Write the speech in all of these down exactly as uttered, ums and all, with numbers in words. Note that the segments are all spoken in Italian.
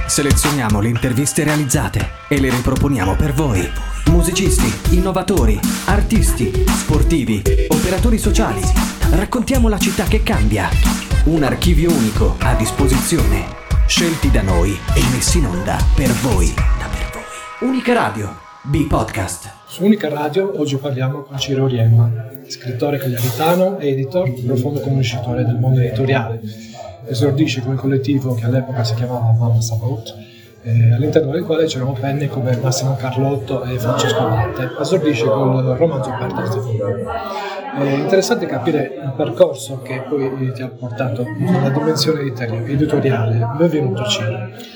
Selezioniamo le interviste realizzate e le riproponiamo per voi. Musicisti, innovatori, artisti, sportivi, operatori sociali. Raccontiamo la città che cambia. Un archivio unico a disposizione. Scelti da noi e messi in onda per voi. Unica Radio, B-Podcast. Su Unica Radio oggi parliamo con Ciro Riemma, scrittore cagliaritano, editor, profondo conoscitore del mondo editoriale. Esordisce con il collettivo che all'epoca si chiamava Mama Sabaut, eh, all'interno del quale c'erano penne come Massimo Carlotto e Francesco Batte. Esordisce col romanzo Pertas di Fumo. È interessante capire il percorso che poi ti ha portato alla dimensione editoriale. Benvenuto Ciro.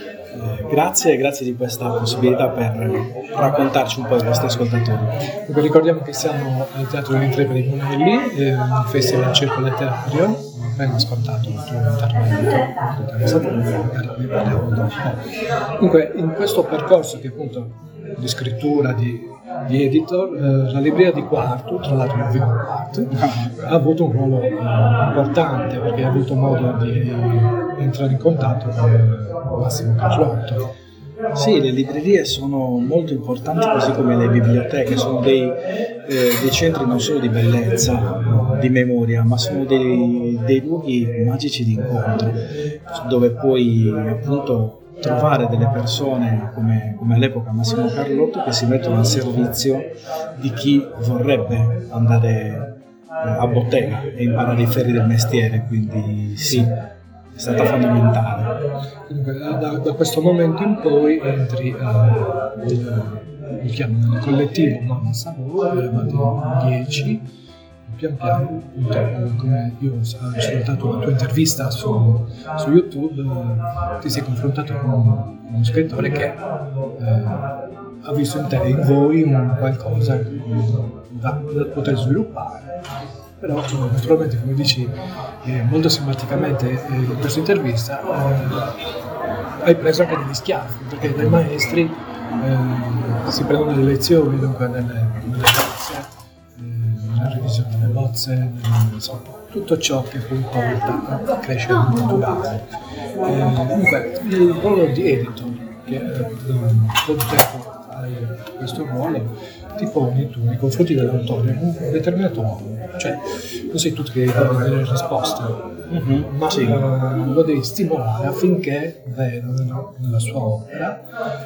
Eh, grazie, grazie di questa possibilità per raccontarci un po' ai vostri ascoltatori. Vi ricordiamo che siamo al Teatro degli Intrepidi di Monelli, eh, un festival circo letterario. Appena ascoltato il tuo intervento, magari ne parliamo dopo. Comunque, in questo percorso che appunto di scrittura, di, di editor, eh, la libreria di Quartu, tra l'altro non vivo in Quartu, ha avuto un ruolo eh, importante perché ha avuto modo di entrare in contatto con Massimo Carlotto. Sì, le librerie sono molto importanti, così come le biblioteche, sono dei, eh, dei centri non solo di bellezza, di memoria, ma sono dei, dei luoghi magici di incontro, dove puoi appunto trovare delle persone come, come all'epoca Massimo Carlotto che si mettono al servizio di chi vorrebbe andare a bottega e imparare i ferri del mestiere, quindi sì. È stata fondamentale. Comunque, da, da questo momento in poi entri uh, nel, nel collettivo Mama Sabaut, eravate dieci, pian piano, come io ho ascoltato la tua intervista su, su YouTube, ti sei confrontato con uno scrittore che eh, ha visto in te e in voi un qualcosa da, da poter sviluppare. Però naturalmente, come dici eh, molto simpaticamente eh, in questa intervista, eh, hai preso anche degli schiaffi, perché dai maestri eh, si prendono delle lezioni, dunque nelle, nelle bozze, eh, nella revisione delle bozze, nelle, insomma, tutto ciò che poi porta a crescere il culturale. Eh, comunque il ruolo di editor, che eh, da un po' di tempo hai questo ruolo, ti poni tu nei confronti dell'autore in un determinato modo, cioè non sei tu che devi delle risposte, mm-hmm, ma sì. uh, lo devi stimolare affinché vedano nella sua opera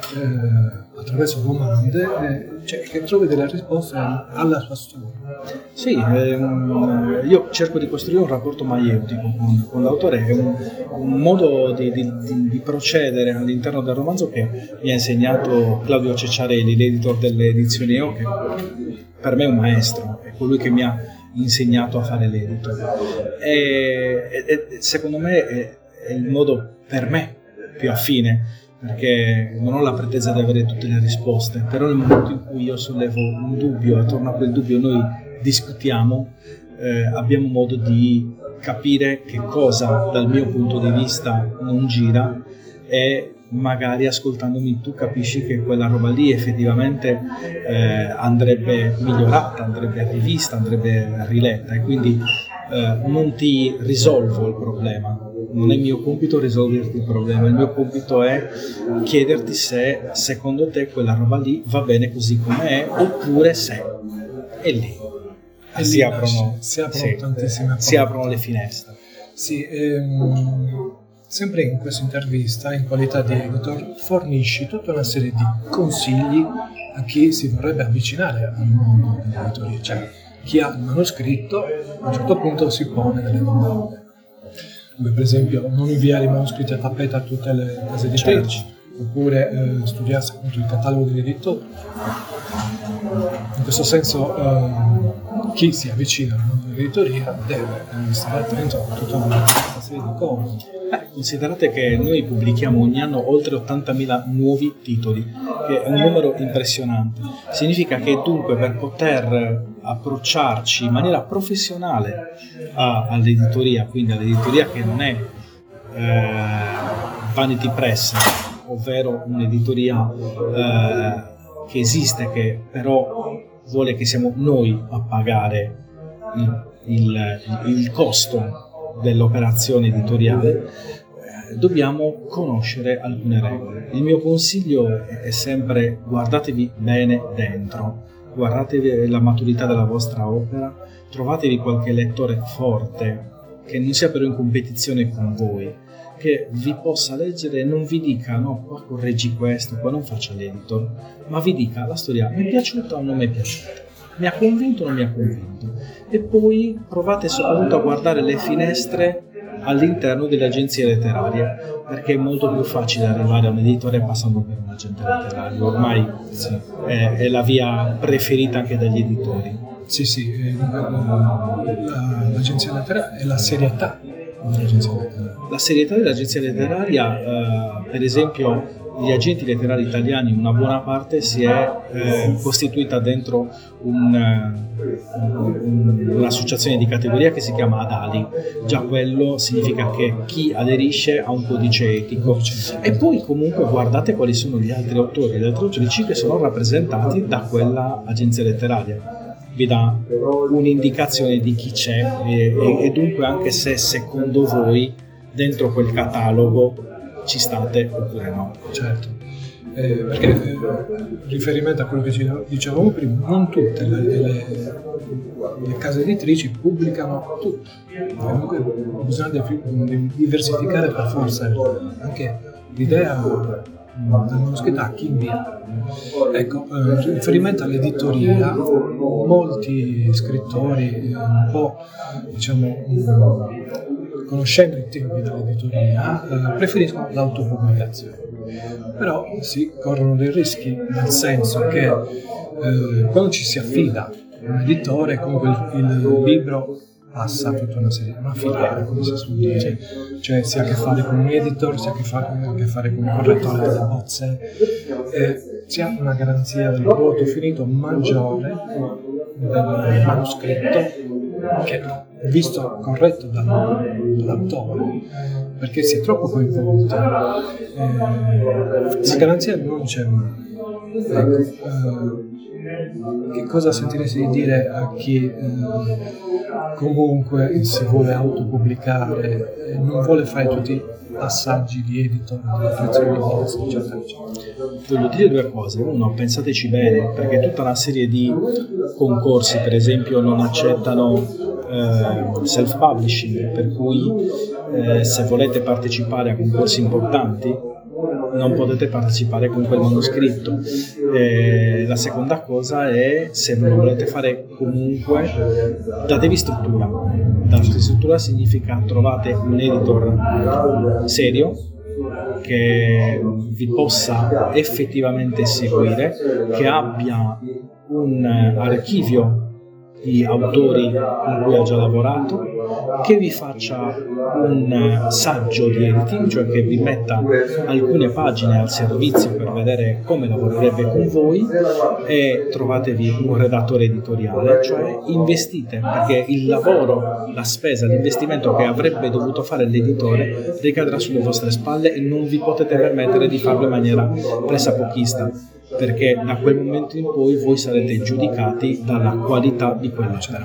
eh, attraverso domande eh, cioè, che trovi delle risposte alla sua storia. Sì, ehm, io cerco di costruire un rapporto maieutico con, con l'autore, è un, un modo di, di, di, di procedere all'interno del romanzo che mi ha insegnato Claudio Cecciarelli, l'editor delle edizioni E O, che per me è un maestro, è colui che mi ha insegnato a fare l'editor. E, e, e secondo me è, è il modo per me più affine, perché non ho la pretesa di avere tutte le risposte, però nel momento in cui io sollevo un dubbio e attorno a quel dubbio noi discutiamo, eh, abbiamo modo di capire che cosa dal mio punto di vista non gira e magari ascoltandomi tu capisci che quella roba lì effettivamente eh, andrebbe migliorata, andrebbe rivista, andrebbe riletta, e quindi eh, non ti risolvo il problema. Non è mio compito risolverti il problema, il mio compito è chiederti se secondo te quella roba lì va bene così com'è, oppure se è lì. E si, lì aprono, si aprono sì, tantissime si aprono le finestre. Sì, ehm, sempre in questa intervista, in qualità di editor, fornisci tutta una serie di consigli a chi si vorrebbe avvicinare al mondo dell'editoria, cioè chi ha il manoscritto a un certo punto si pone delle domande. Come per esempio non inviare i manoscritti a tappeta a tutte le case editrici, oppure eh, studiarsi appunto il catalogo dell'editore. In questo senso eh, chi si avvicina al mondo dell'editoria deve eh, stare attento a tutta una serie di cose. Eh, considerate che noi pubblichiamo ogni anno oltre ottantamila nuovi titoli, che è un numero impressionante. Significa che dunque per poter approcciarci in maniera professionale a, all'editoria, quindi all'editoria che non è eh, Vanity Press, ovvero un'editoria eh, che esiste, che però vuole che siamo noi a pagare il, il, il costo dell'operazione editoriale, dobbiamo conoscere alcune regole. Il mio consiglio è sempre: guardatevi bene dentro, guardatevi la maturità della vostra opera, trovatevi qualche lettore forte che non sia però in competizione con voi, che vi possa leggere e non vi dica no, qua correggi questo, qua non faccia l'editor, ma vi dica la storia mi è piaciuta o non mi è piaciuta, mi ha convinto o non mi ha convinto, e poi provate soprattutto a guardare le finestre all'interno delle agenzie letterarie, perché è molto più facile arrivare a un editore passando per un agente letterario, ormai sì, è, è la via preferita anche dagli editori. Sì, sì, eh, l'agenzia letteraria è la serietà dell'agenzia letteraria. La serietà dell'agenzia letteraria, eh, per esempio, gli agenti letterari italiani, una buona parte si è eh, costituita dentro un, un, un'associazione di categoria che si chiama ADALI. Già quello significa che chi aderisce ha un codice etico. E poi comunque guardate quali sono gli altri autori, gli altri autori che sono rappresentati da quella agenzia letteraria. Vi dà un'indicazione di chi c'è e, e, e dunque anche se secondo voi dentro quel catalogo ci state oppure no. Certo, eh, perché eh, riferimento a quello che dicevamo prima, non tutte le, le, le case editrici pubblicano tutto, comunque bisogna diversificare per forza anche l'idea del manoscritto a chi invia. Ecco, eh, riferimento all'editoria, molti scrittori, eh, un po' diciamo conoscendo i tempi dell'editoria, eh, preferiscono l'autopubblicazione, però si corrono dei rischi, nel senso che eh, quando ci si affida a un editore, comunque il, il libro passa tutta una serie, una filiera, come si suol dire, cioè si ha a che fare con un editor, si ha a che fare, a che fare con un correttore delle bozze, eh, si ha una garanzia del prodotto finito maggiore del manoscritto, che visto corretto dall'autore, perché si è troppo coinvolto, eh, la garanzia non c'è mai. Ecco, eh, che cosa sentiresti di dire a chi eh, comunque si vuole autopubblicare e non vuole fare tutti i passaggi di editor, di affezioni, eccetera, eccetera? Voglio dire due cose. Uno, pensateci bene, perché tutta una serie di concorsi, per esempio, non accettano eh, self-publishing, per cui eh, se volete partecipare a concorsi importanti non potete partecipare con quel manoscritto. Eh, la seconda cosa è, se non lo volete fare comunque, datevi struttura. Datevi struttura significa trovate un editor serio che vi possa effettivamente seguire, che abbia un archivio di autori con cui ha già lavorato, che vi faccia un saggio di editing, cioè che vi metta alcune pagine al servizio per vedere come lavorerebbe con voi, e trovatevi un redattore editoriale, cioè investite, perché il lavoro, la spesa, l'investimento che avrebbe dovuto fare l'editore ricadrà sulle vostre spalle e non vi potete permettere di farlo in maniera pressapochista, perché da quel momento in poi voi sarete giudicati dalla qualità di quell'opera.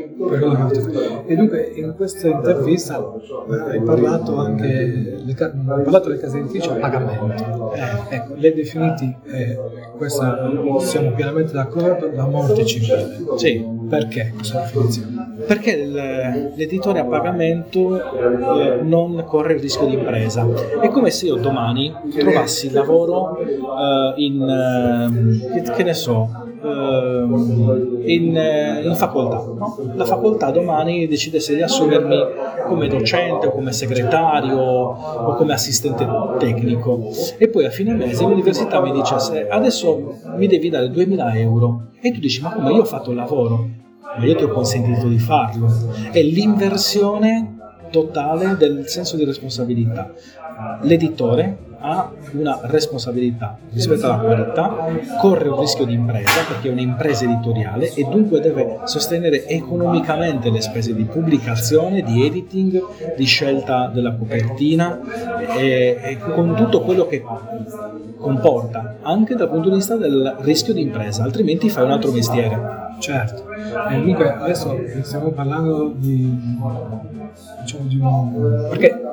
E dunque in questa intervista hai parlato anche le, hai parlato delle case editrici a pagamento. Eh, ecco, le definiti, eh, questa siamo pienamente d'accordo, da morte civile. Sì. Perché questa definizione? Perché l'editore a pagamento eh, non corre il rischio di impresa. È come se io domani trovassi lavoro eh, in, eh, che, che ne so, eh, in, eh, in facoltà. No? La facoltà domani decidesse di assumermi come docente o come segretario o come assistente tecnico, e poi a fine mese l'università mi dicesse adesso mi devi dare duemila euro, e tu dici ma come, io ho fatto il lavoro, ma io ti ho consentito di farlo. È l'inversione totale del senso di responsabilità. L'editore ha una responsabilità rispetto alla qualità, corre un rischio di impresa perché è un'impresa editoriale e dunque deve sostenere economicamente le spese di pubblicazione, di editing, di scelta della copertina e, e con tutto quello che comporta, anche dal punto di vista del rischio di impresa, altrimenti fai un altro mestiere. Certo, e dunque adesso stiamo parlando di, diciamo, di un, perché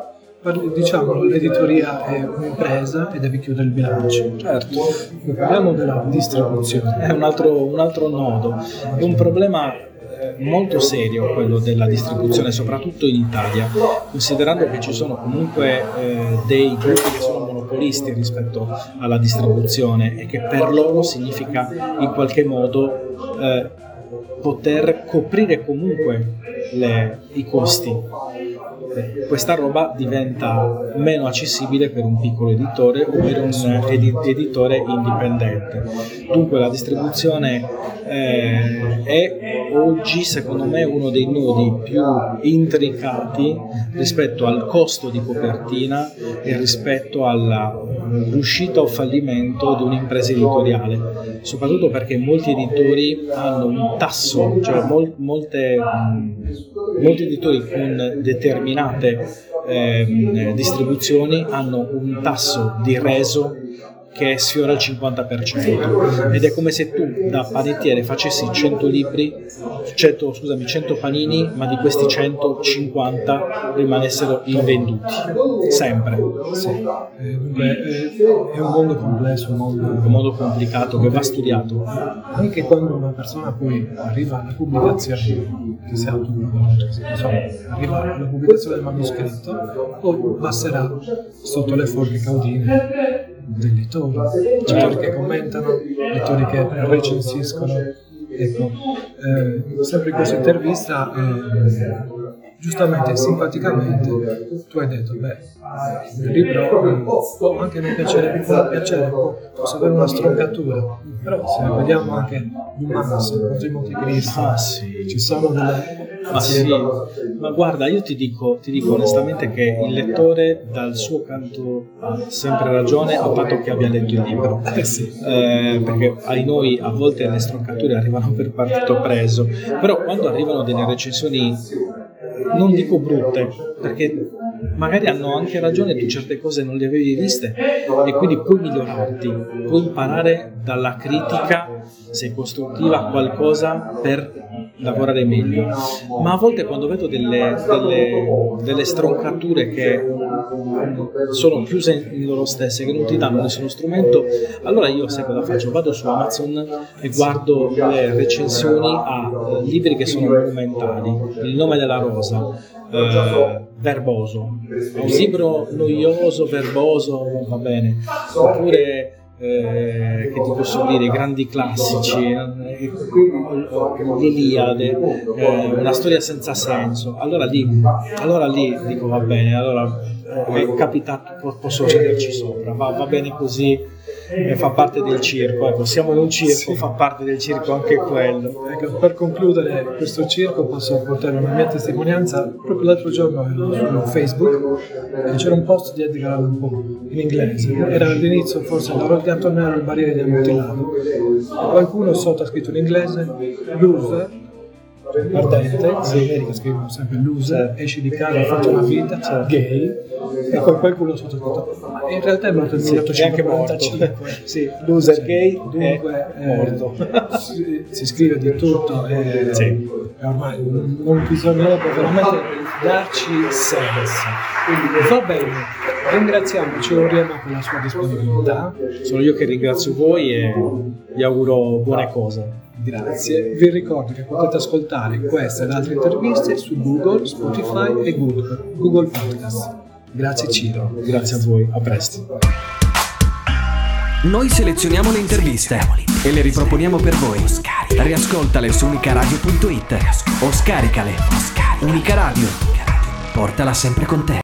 Diciamo, l'editoria è un'impresa e devi chiudere il bilancio. Certo. Poi parliamo della distribuzione. È un altro, un altro nodo, è un problema eh, molto serio quello della distribuzione, soprattutto in Italia, considerando che ci sono comunque eh, dei gruppi che sono monopolisti rispetto alla distribuzione e che per loro significa in qualche modo eh, poter coprire comunque le, i costi. Questa roba diventa meno accessibile per un piccolo editore o per un edi- editore indipendente. Dunque la distribuzione eh, è oggi secondo me uno dei nodi più intricati rispetto al costo di copertina e rispetto alla riuscita o fallimento di un'impresa editoriale, soprattutto perché molti editori hanno un tasso, cioè mol- molte, molti editori con determinate eh, distribuzioni hanno un tasso di reso che sfiora il cinquanta per cento ed è come se tu da panettiere facessi cento libri, cento, scusami, cento panini, ma di questi centocinquanta rimanessero invenduti sempre. Sì. Eh, dunque, è un mondo complesso, un mondo, un mondo complicato che va studiato. Anche quando una persona poi arriva alla pubblicazione, che sia insomma, arriva alla pubblicazione del manoscritto, poi passerà sotto le forche caudine dei lettori, lettori che commentano, lettori che recensiscono. Ecco, eh, sempre in questa intervista, eh, giustamente, simpaticamente, tu hai detto, beh, il libro eh, può anche non piacere, può piacere, può, posso avere una stroncatura, però se vediamo anche l'Humanis contro i Montecristi, ah, sì. ci sono delle... Ma sì, ma guarda, io ti dico, ti dico onestamente che il lettore dal suo canto ha sempre ragione a patto che abbia letto il libro, eh sì. eh, perché ai noi a volte le stroncature arrivano per partito preso, però quando arrivano delle recensioni, non dico brutte, perché magari hanno anche ragione, tu certe cose non le avevi viste e quindi puoi migliorarti, puoi imparare dalla critica, se costruttiva, qualcosa per lavorare meglio. Ma a volte quando vedo delle, delle, delle stroncature che sono chiuse in loro stesse, che non ti danno nessuno strumento, allora io sai cosa faccio? Vado su Amazon e guardo le recensioni a eh, libri che sono monumentali. Il nome della rosa, eh, verboso, un libro noioso, verboso, va bene, oppure Eh, che ti posso dire, grandi classici, eh, l'Iliade, eh, una storia senza senso, allora lì, allora lì dico va bene, allora eh, è capitato, posso cederci sopra, va, va bene così, eh, fa parte del circo, ecco, siamo in un circo, sì. Fa parte del circo anche quello. Ecco, per concludere questo circo posso portare una mia testimonianza. Proprio l'altro giorno su Facebook e c'era un post di Edgar Allan Poe in inglese, era all'inizio forse la Rolle d'Antonello, il barriere di Amontillado, qualcuno sotto ha scritto in inglese loser, ardente, in America scrivono sempre loser, esci di casa, hai fatto una vita, cioè gay, e poi qualcuno sotto ha scritto, ma in realtà è morto nel millenovecentocinquantacinque, sì, loser, sì, gay, dunque è morto. Eh, si, si scrive di tutto e, sì. e ormai non bisognerebbe veramente darci senso. Quindi va bene, ringraziamoci Oriema per la sua disponibilità. Sono io che ringrazio voi e vi auguro buone cose. Grazie, vi ricordo che potete ascoltare queste ed altre interviste su Google, Spotify e Google, Google Podcast. Grazie Ciro. Grazie a voi, a presto. Noi selezioniamo le interviste e le riproponiamo per voi. Riascoltale su unicaradio punto it o scaricale. Unica Radio, portala sempre con te.